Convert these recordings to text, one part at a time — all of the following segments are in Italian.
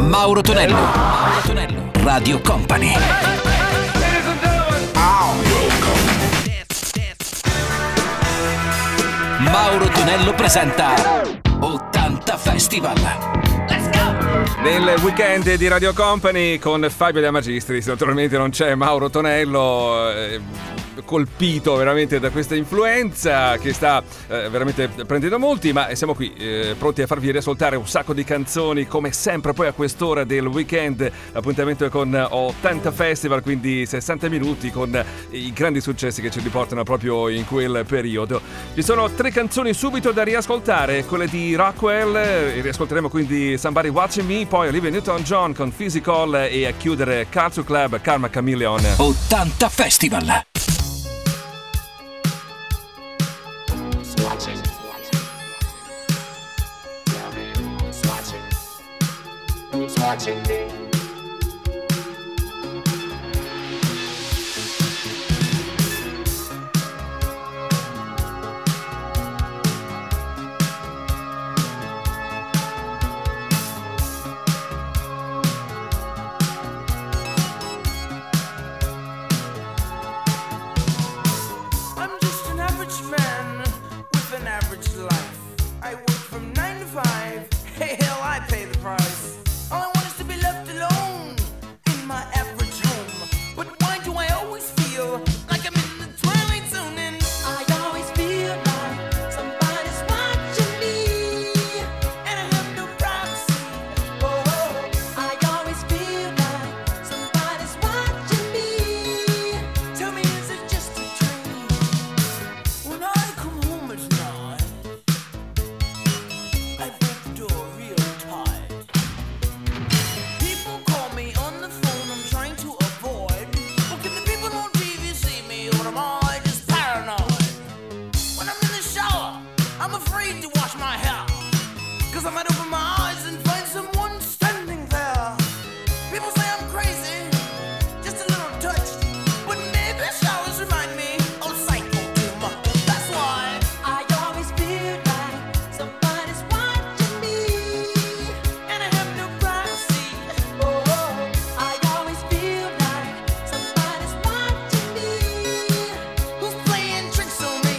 Mauro Tonello. Mauro Tonello. Radio Company. Mauro Tonello presenta 80 Festival. Let's go! Nel weekend di Radio Company con Fabio De Magistris, naturalmente non c'è Mauro Tonello, colpito veramente da questa influenza che sta veramente prendendo molti, ma siamo qui pronti a farvi riascoltare un sacco di canzoni come sempre. Poi a quest'ora del weekend l'appuntamento è con 80 Festival, quindi 60 minuti con i grandi successi che ci riportano proprio in quel periodo. Ci sono 3 canzoni subito da riascoltare, quelle di Rockwell, riascolteremo quindi Somebody Watching Me, poi Olivia Newton-John con Physical e a chiudere Culture Club, Karma Chameleon. 80 Festival. Watching me. I'm just an average man with an average life. I work from 9 to 5. Hey, hell, I pay the price. All I want is to be left alone in my average home. But why do I always feel like I'm in the twilight zone? And I always feel like somebody's watching me, and I have no privacy. Oh, I always feel like somebody's watching me. Tell me, is it just a dream? When I come home at night, I break the door real tight. People call me on the phone, I'm trying to avoid. But can the people on TV see me, or am I just paranoid? When I'm in the shower, I'm afraid to wash my hair, 'cause I might open my eyes and find someone standing there. People say I'm crazy, just a little touched, but maybe showers remind me of psycho too much. That's why I always feel like somebody's watching me, and I have no privacy. Oh, I always feel like somebody's watching me. Who's playing tricks on me?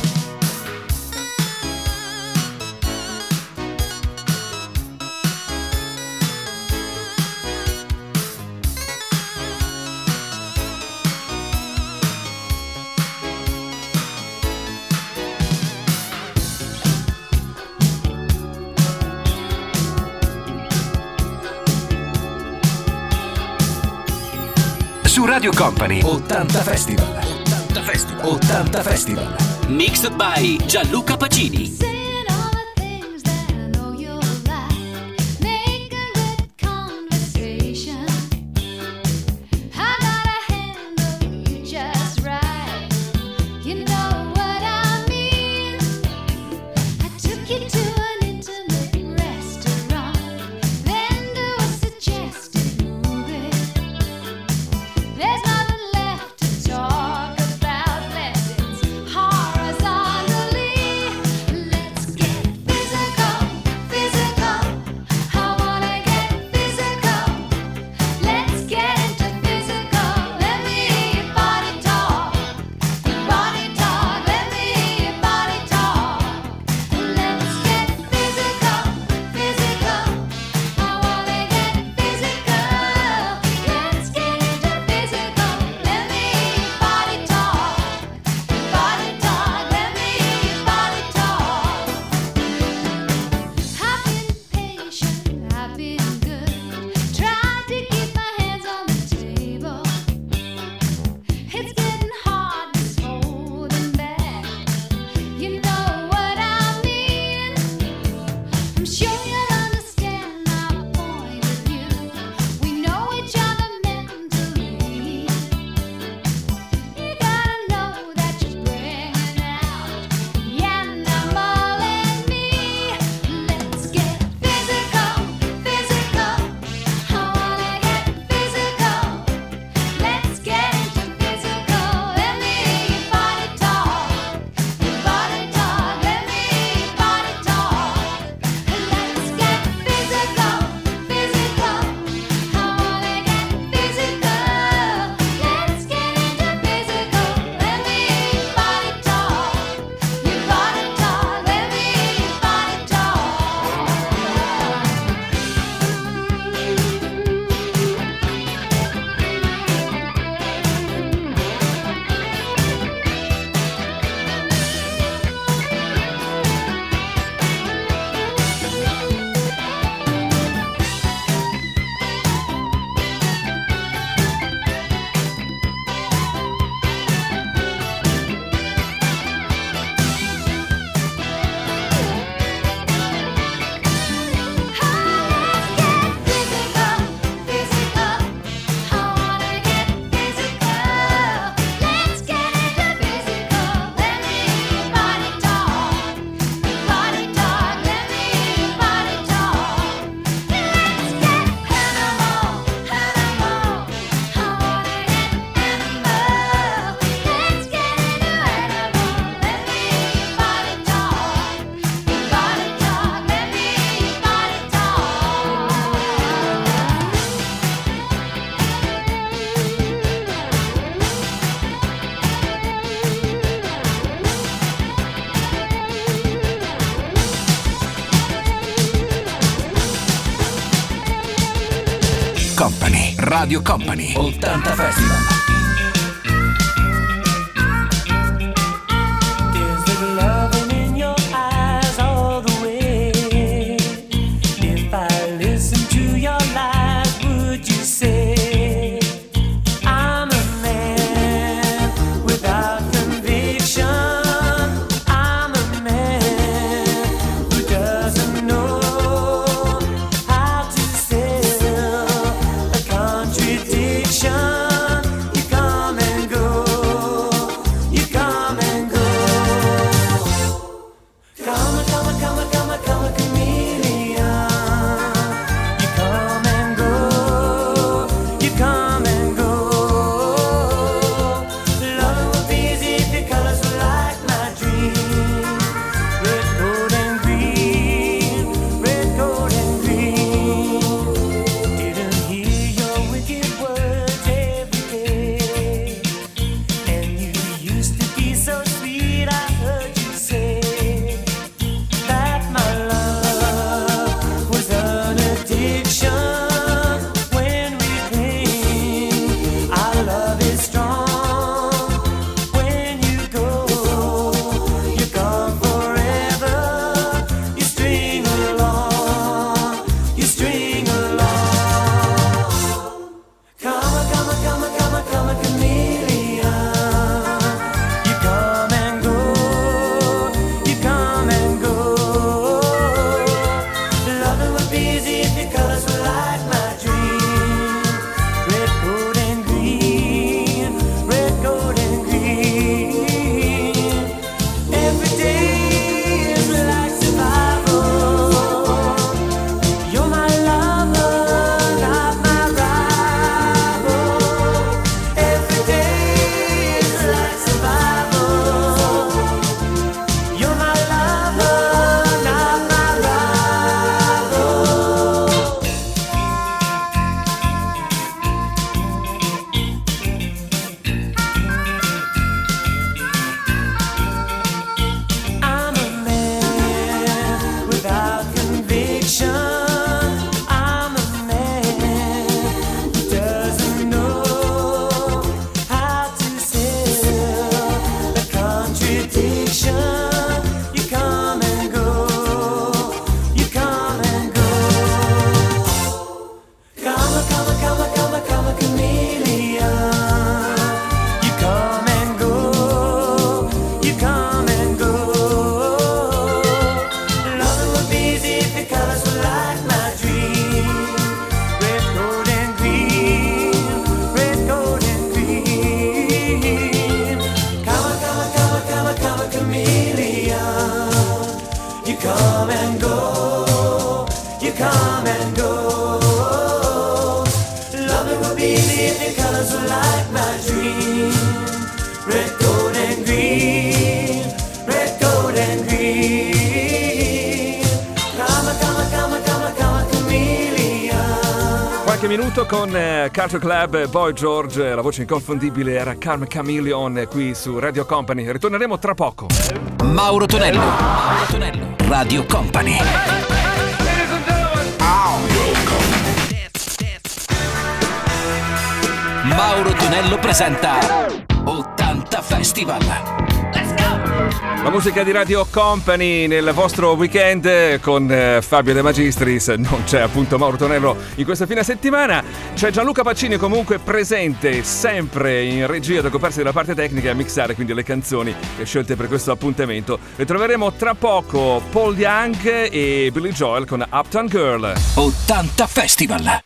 Su Radio Company 80 Festival. 80 Festival. 80 Festival. Mixed by Gianluca Pacini. Saying all the things that I know you'll like, making good conversation. I gotta handle you just right. You know what I mean. I took you to an intimate restaurant, then to a suggested movie. There's nothing left to talk about, less it's horizontally. Company, Radio Company, 80 Festival. Minuto con Culture Club, Boy George, la voce inconfondibile era Carmen Chameleon qui su Radio Company. Ritorneremo tra poco. Mauro Tonello, Radio Company. Mauro Tonello presenta 80 Festival. La musica di Radio Company nel vostro weekend con Fabio De Magistris. Non c'è appunto Mauro Tonello in questa fine settimana. C'è Gianluca Pacini comunque presente sempre in regia ad occuparsi della parte tecnica e a mixare quindi le canzoni scelte per questo appuntamento. Le troveremo tra poco Paul Young e Billy Joel con Uptown Girl. 80 Festival.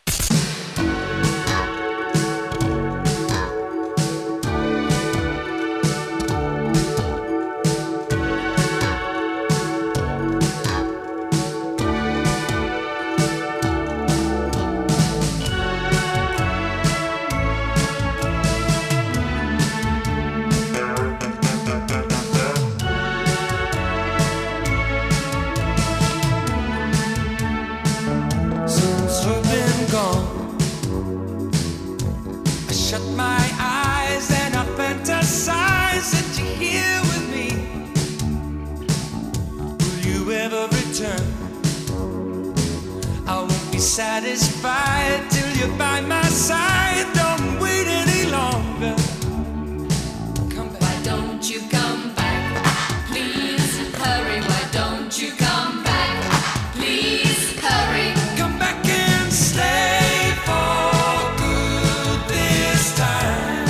satisfied till you're by my side. Don't wait any longer. Come back. Why don't you come back? Please hurry. Why don't you come back? Please hurry. Come back and stay for good this time.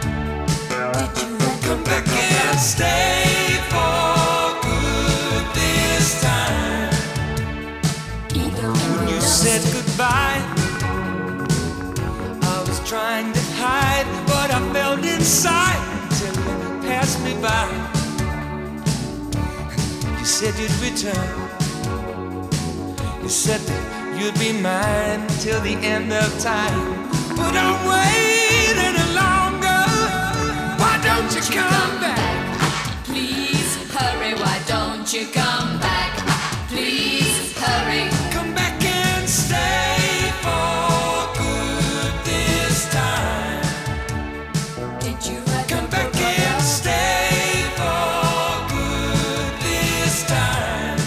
Come back and stay for good this time. When you said goodbye, I was trying to hide what I felt inside till you passed me by. You said you'd return. You said that you'd be mine till the end of time. But I'm waiting any longer. Why don't you come back? Please hurry. Why don't you come back? Please hurry. Come back and stay for good this time. Did you write Come back and stay for good this time.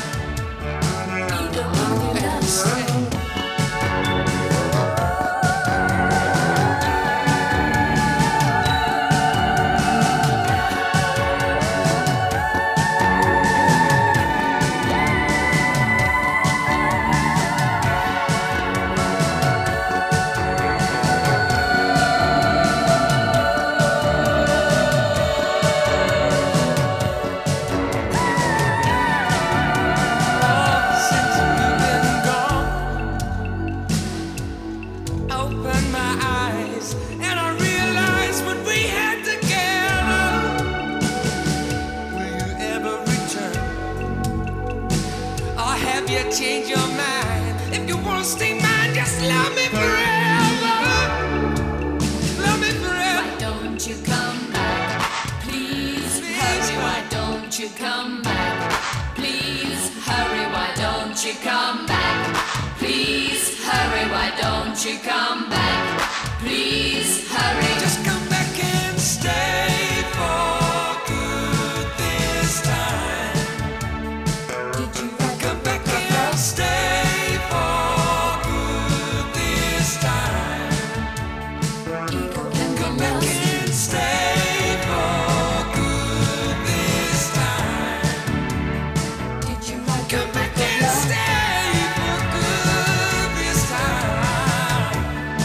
Since you've been gone, opened my eyes and I realized what we had together. Will you ever return? Or have you changed your mind? If you wanna stay mine, just love me forever. Love me forever. Why don't you come back? Please hurry. Why don't you come back? Please hurry. Why don't you come back? Please hurry. Why don't you come back? Please hurry. Just come back and stay for good this time. Did you write Come back and stay for good this time. Come back and stay for good this time. Did you write Come back and stay for good this time.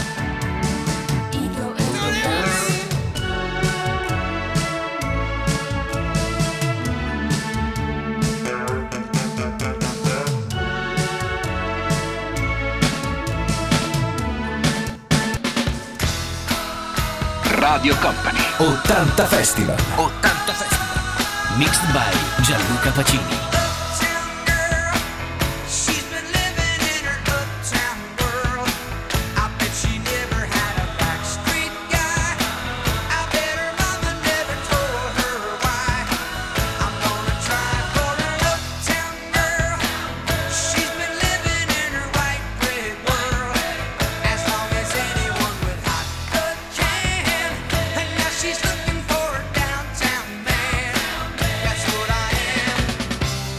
Ego and Don't the ever lust. leave. Radio Company 80 Festival. 80 Festival. Mixed by Gianluca Pacini. Uptown girl, she's been living in her uptown world. I bet she never had a backstreet guy. I bet her mother never told her why. I'm gonna try for an uptown girl. She's been living in her white bread world as long as anyone with hot blood can. And now she's looking for a downtown man. That's what I am.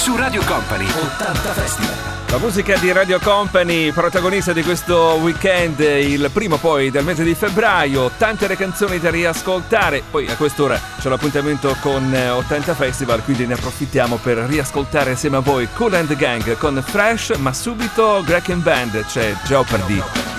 su Radio Company 80 Festival. La musica di Radio Company, protagonista di questo weekend, il primo poi del mese di febbraio, tante le canzoni da riascoltare, poi a quest'ora c'è l'appuntamento con 80 Festival, quindi ne approfittiamo per riascoltare insieme a voi Kool and the Gang con Fresh, ma subito Greg and Band, c'è Jeopardy.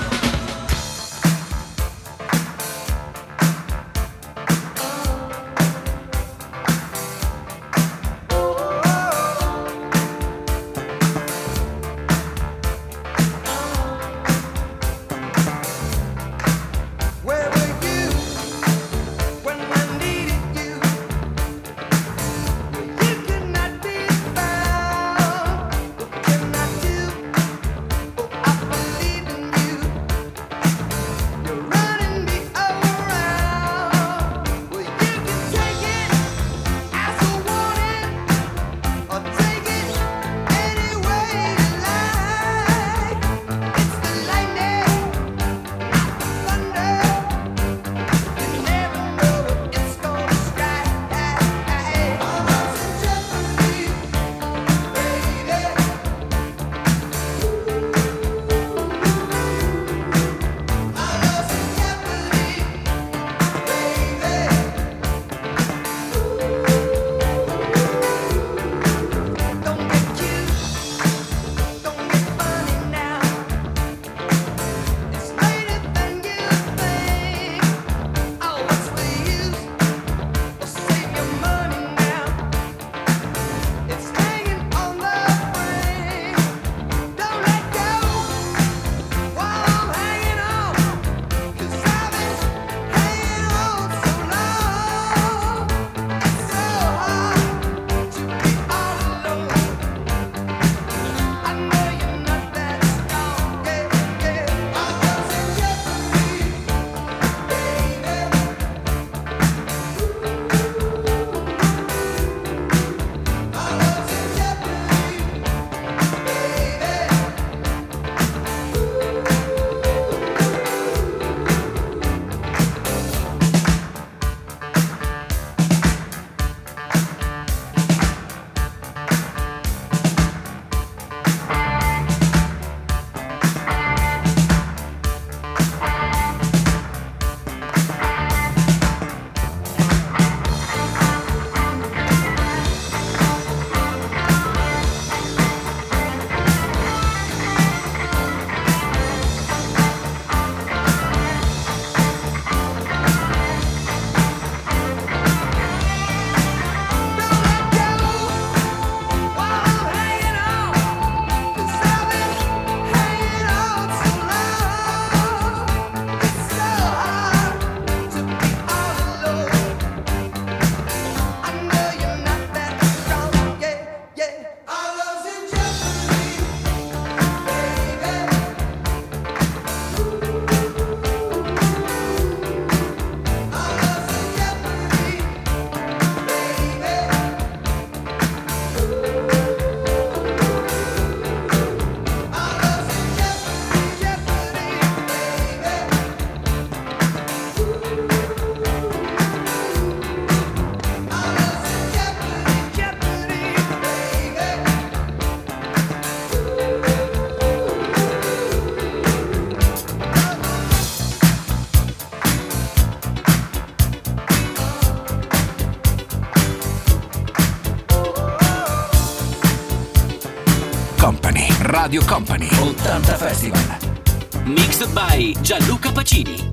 Radio Company 80 Festival. Mixed by Gianluca Pacini.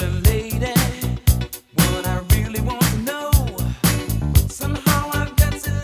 Somehow I've got to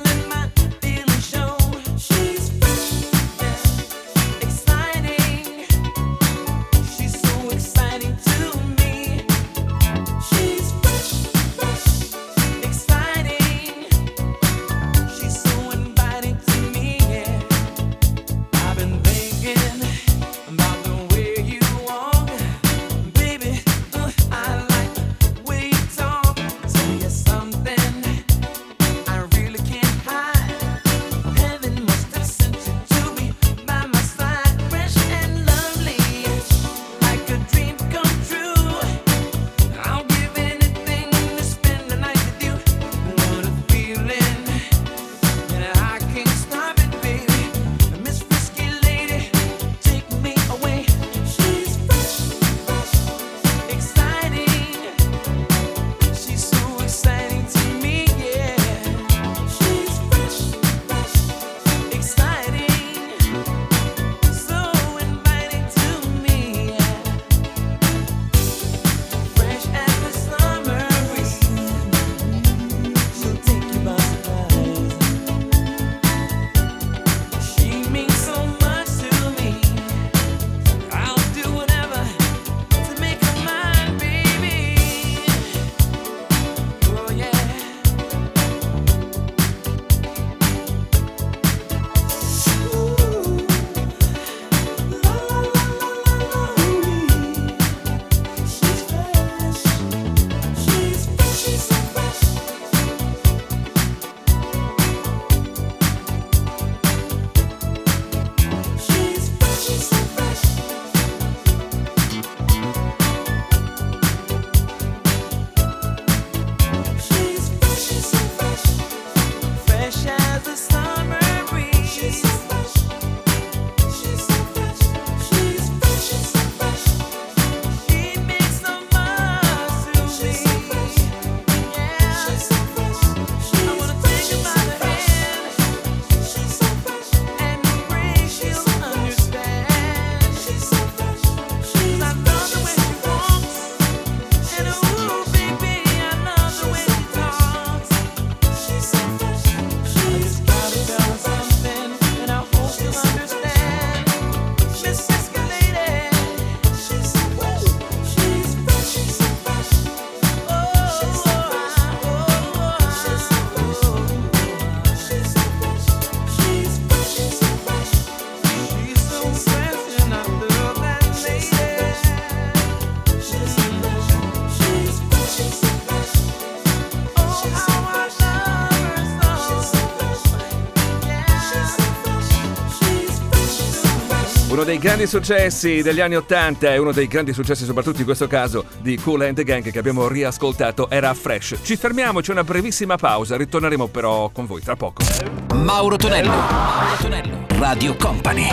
Uno dei grandi successi degli anni 80 e uno dei grandi successi soprattutto in questo caso di Kool and the Gang che abbiamo riascoltato era Fresh. Ci fermiamo, c'è una brevissima pausa, ritorneremo però con voi tra poco. Mauro Tonello, Radio Company.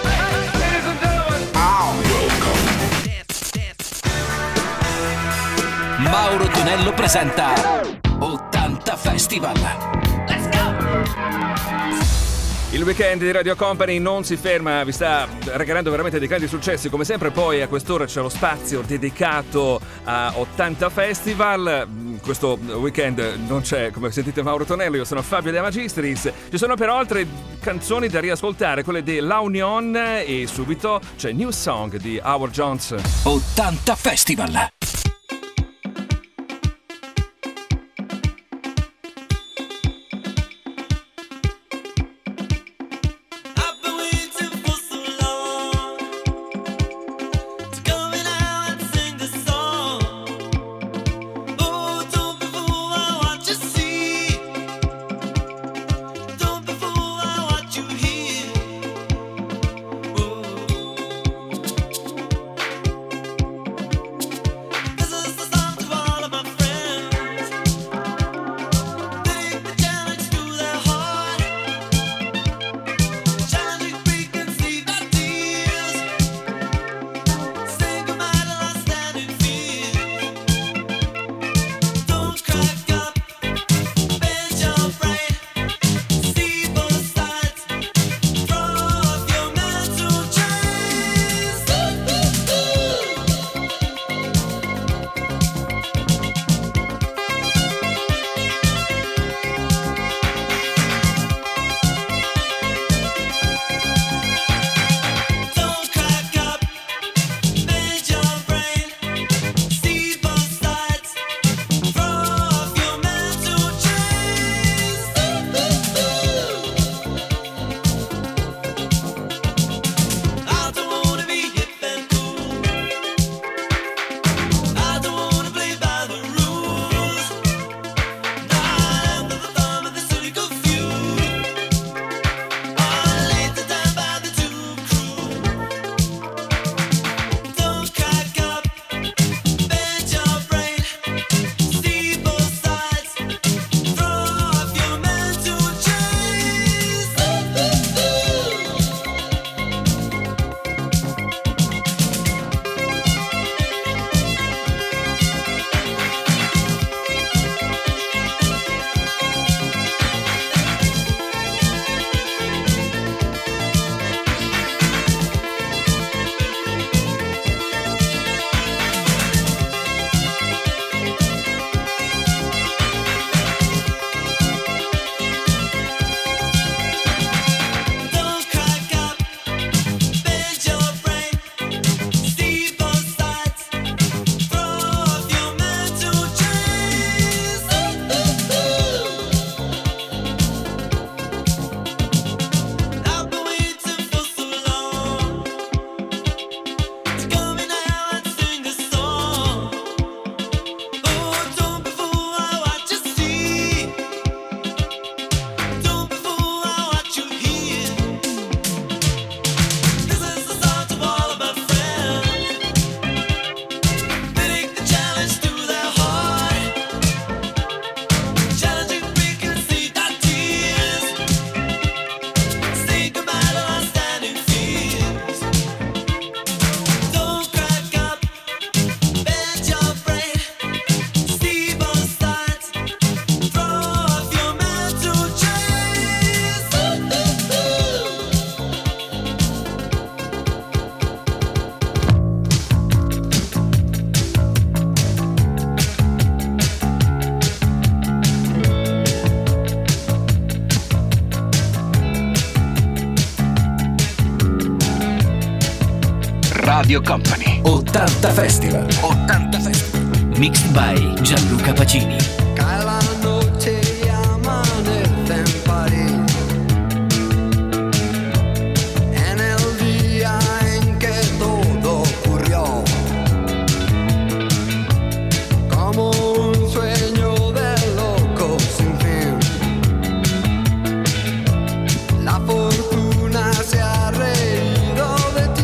Mauro Tonello presenta 80 Festival. Let's go! Il weekend di Radio Company non si ferma, vi sta regalando veramente dei grandi successi. Come sempre poi a quest'ora c'è lo spazio dedicato a 80 Festival. Questo weekend non c'è, come sentite, Mauro Tonello, io sono Fabio De Magistris. Ci sono però altre canzoni da riascoltare, quelle di La Union, e subito c'è New Song di Howard Jones. 80 Festival. Radio Company. 80 Festival. 80 Festival. Mixed by Gianluca Pacini. Cada noche llaman el temporil. En el día en que todo ocurrió, como un sueño de loco sin fin. La fortuna se ha reído de ti.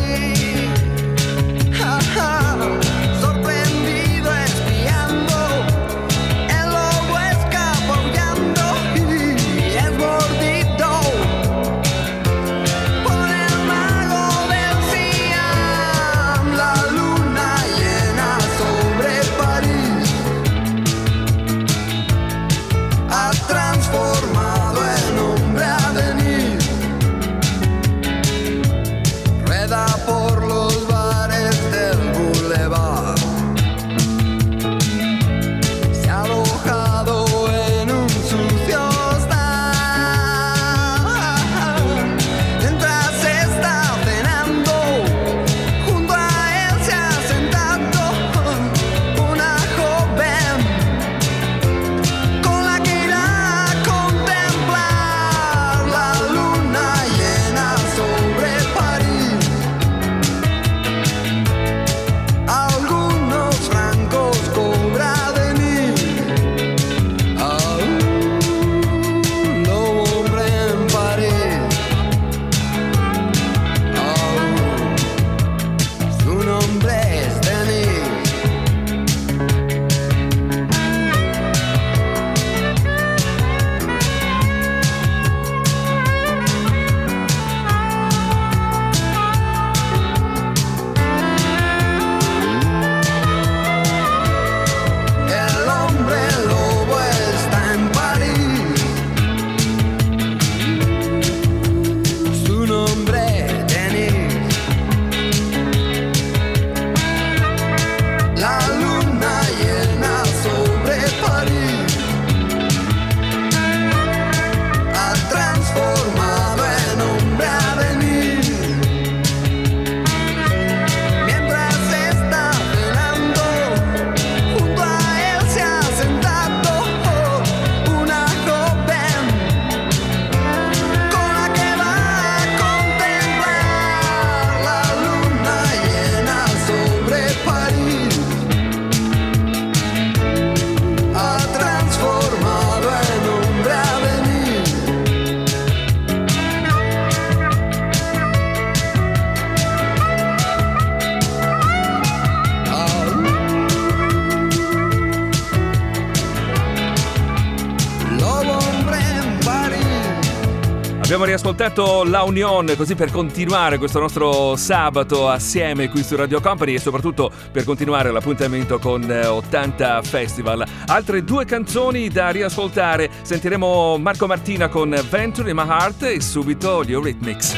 Abbiamo riascoltato La Union così per continuare questo nostro sabato assieme qui su Radio Company e soprattutto per continuare l'appuntamento con 80 Festival. Altre due canzoni da riascoltare. Sentiremo Marco Martina con Venture in My Heart e subito gli Eurythmics.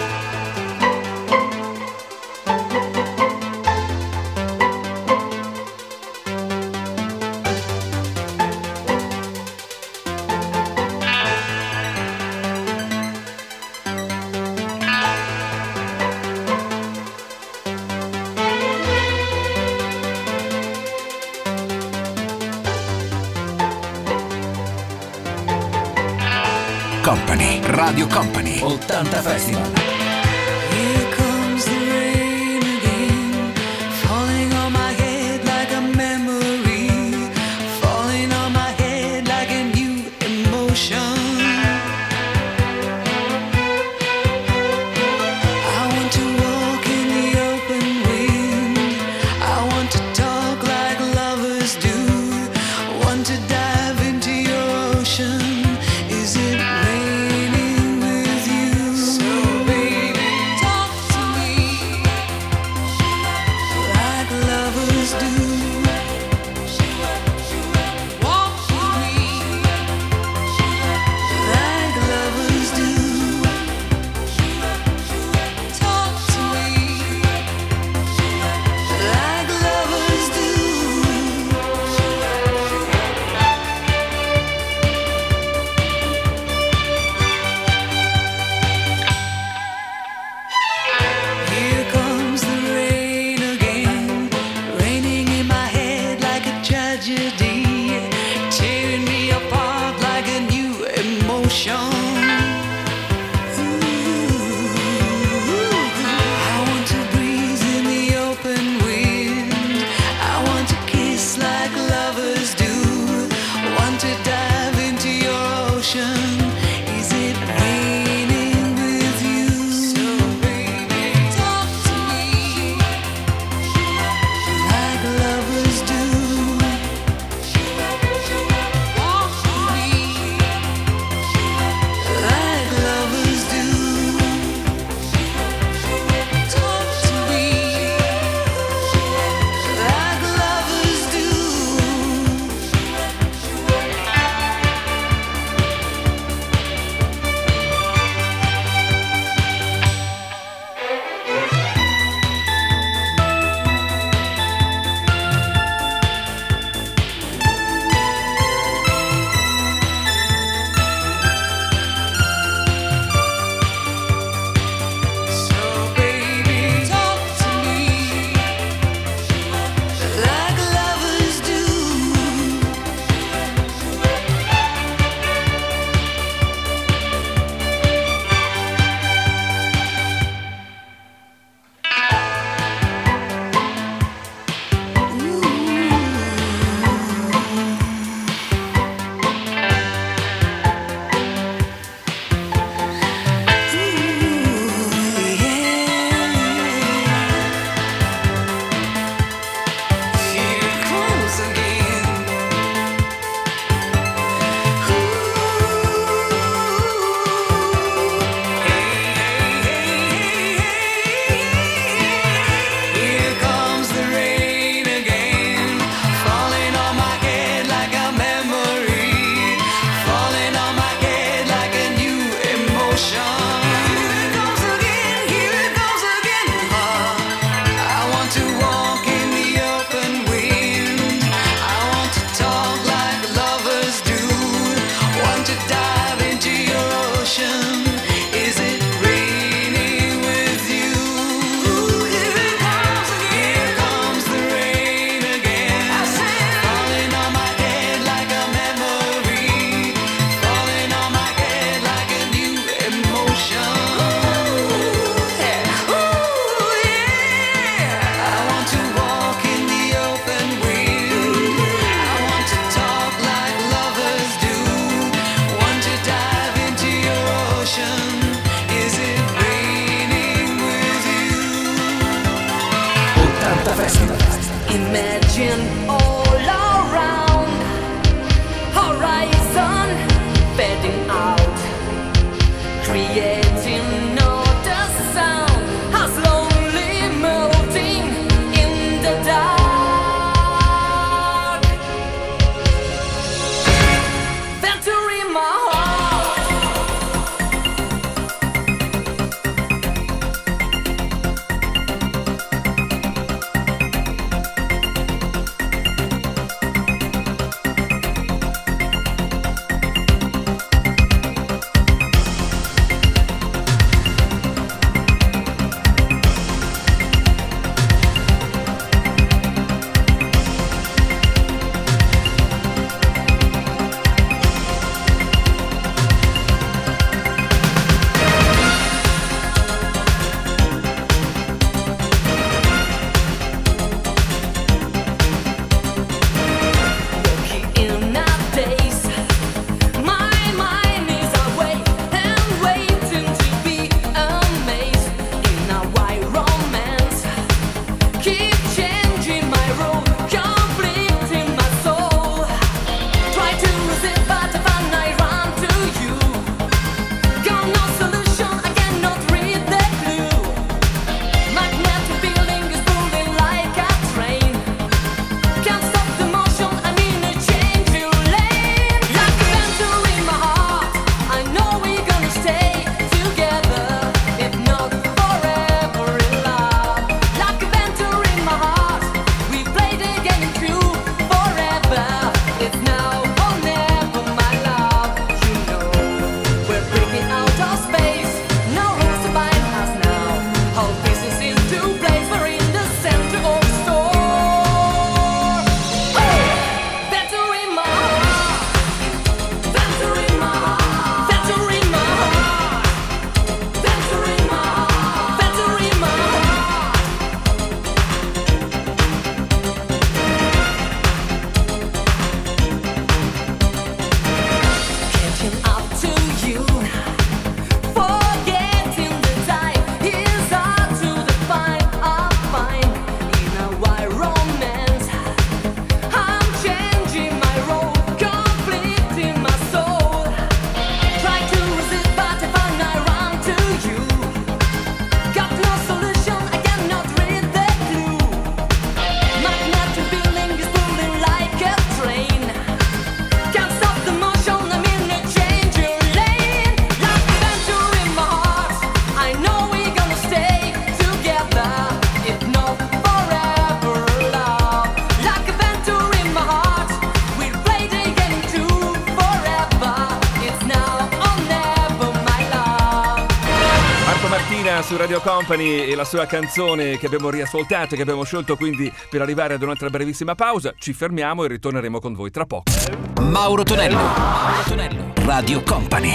Company, Radio Company, 80 Festival. Here comes the rain again, falling on my head like a memory, falling on my head like a new emotion. I want to walk in the open wind, I want to talk like lovers do, want to dive into your ocean. Is it raining with you? So baby, talk to me like lovers do. Walk with me like lovers do. Talk to me like lovers do. Here comes the rain again, raining in my head like a tragedy, tearing me apart like a new emotion. I want to breathe in the open wind, I want to kiss like lovers do, want to dive into your ocean. Is it raining with you? So baby, talk to me like lovers do. Walk with me like lovers do. Talk to me like lovers do. So baby, talk to me like lovers do. Here comes again. Here comes the rain again, falling on my head like a memory, falling on my head like a new emotion. Here it goes again, here it goes again. I want to walk in the open wind, I want to talk like lovers do, want to dive into your ocean. Is it raining with you? Here it comes again. Here comes the rain again. Falling on my head like a memory, falling on my head like a new emotion. Yeah. I want to walk in the open wind, I want to talk like lovers do, want to dive into your ocean. Is it raining with you? 80 Festival. Imagine all around, horizon fading out, creating not a sound, how slowly melting in the dark. Venture in my heart. In a daze, my mind is awake and waiting to be amazed in a wild romance. Keep changing my role, conflicting my soul. Try to resist, but I find I run to you. Got no solution, I cannot read the clue. Magnetic feeling is pulling like a train. Can't stop the motion, I'm in a change your lane. Like a venture in my heart, I know we're gonna stay together, if not forever in love. Like a venture in my heart, we play the game through forever. It's now or never, my love. You know, we're breaking out of space, no rules to bind us now. All pieces into place, we're in the center of the storm. Venture in my heart, venture in my heart, venture in my heart, venture in my heart, venture in my heart. Catching up to you, forgetting the time is hard to define. I'm fine in a wild romance. I'm changing my role, conflicting my soul. Try to resist, but I find I run to you. Got no solution, I cannot read the clue. Magnetic feeling is pulling like a train. Can't stop the motion, I'm in a change your lane. Like a venture in my heart, I know we're gonna stay together, if not forever, love. Like a venture in my heart, we'll play the game too forever. It's now or never, my love. Marco Martina su Radio Company e la sua canzone che abbiamo riascoltato e che abbiamo scelto quindi per arrivare ad un'altra brevissima pausa. Ci fermiamo e ritorneremo con voi tra poco. Mauro Tonello, Radio Company.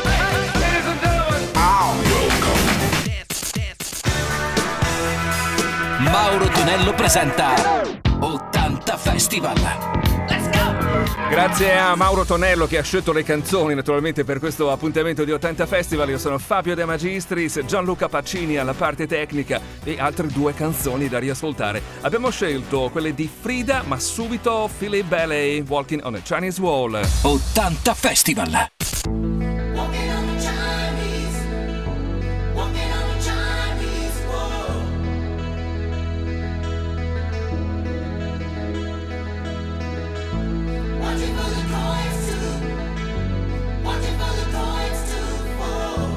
Mauro Tonello presenta 80 Festival. Grazie a Mauro Tonello che ha scelto le canzoni naturalmente per questo appuntamento di 80 Festival. Io sono Fabio De Magistris, Gianluca Pacini alla parte tecnica e altre due canzoni da riascoltare. Abbiamo scelto quelle di Frida, ma subito Philip Bailey, Walking on a Chinese Wall. 80 Festival. Walking on the Chinese, walking on the Chinese wall. Watching for the coins to, watching for the coins to fall.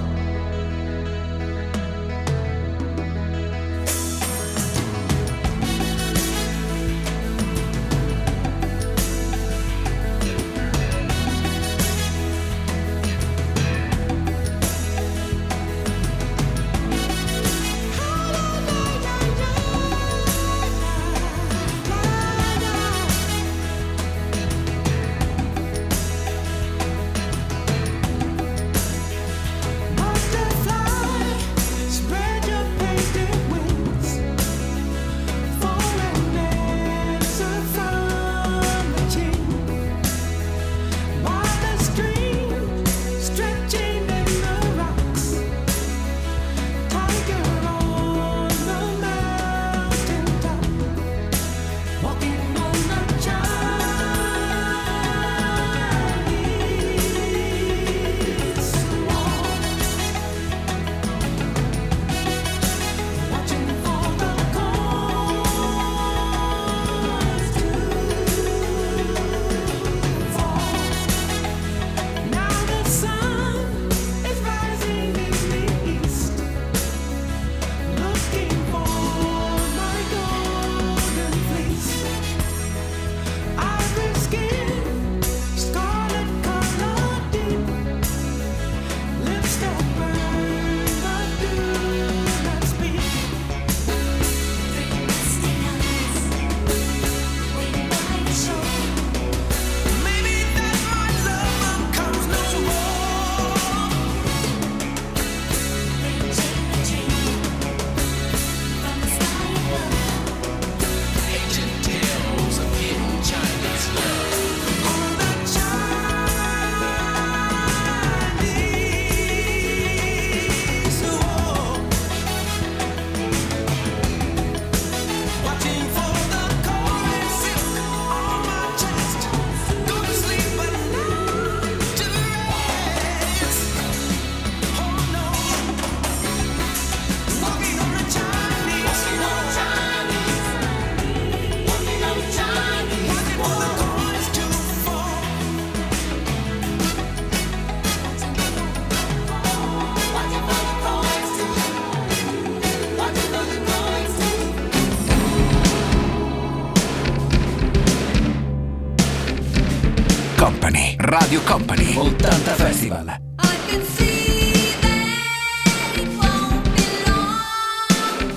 Radio Company 80 Festival. I can see that it won't be long.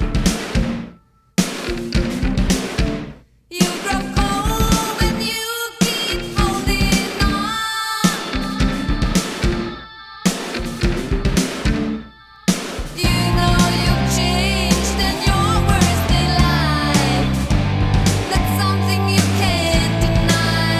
You grow cold when you keep holding on. You know you've changed and you're worse than life. That's something you can't deny.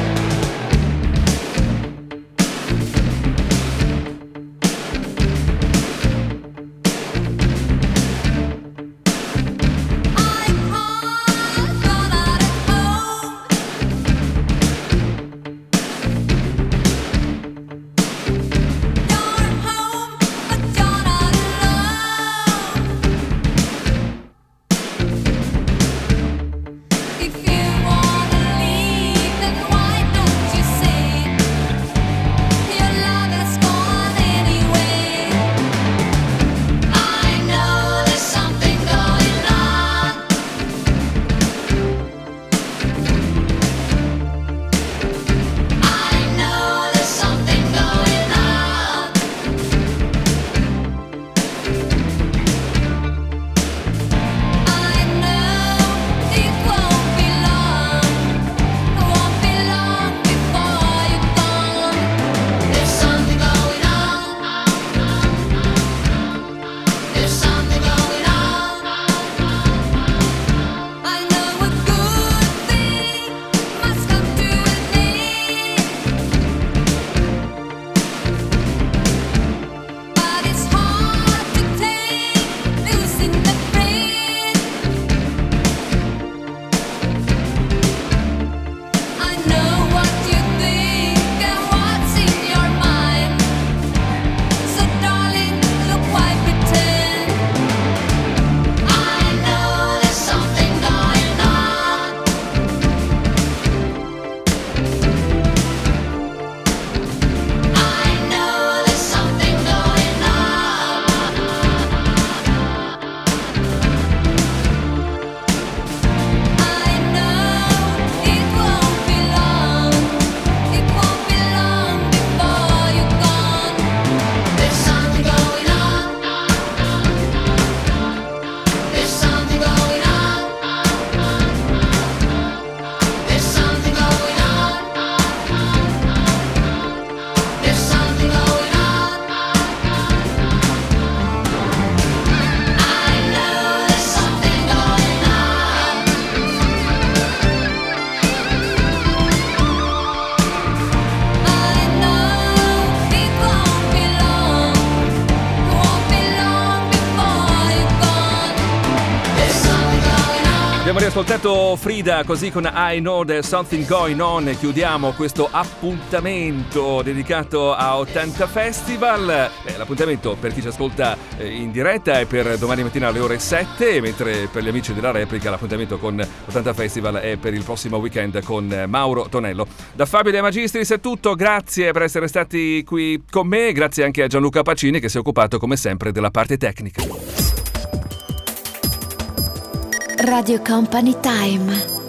Abbiamo riascoltato Frida così con I Know There's Something Going On e chiudiamo questo appuntamento dedicato a 80 Festival. L'appuntamento per chi ci ascolta in diretta è per domani mattina alle ore 7, mentre per gli amici della replica l'appuntamento con 80 Festival è per il prossimo weekend con Mauro Tonello. Da Fabio De Magistris è tutto, grazie per essere stati qui con me, grazie anche a Gianluca Pacini che si è occupato come sempre della parte tecnica. Radio Company Time.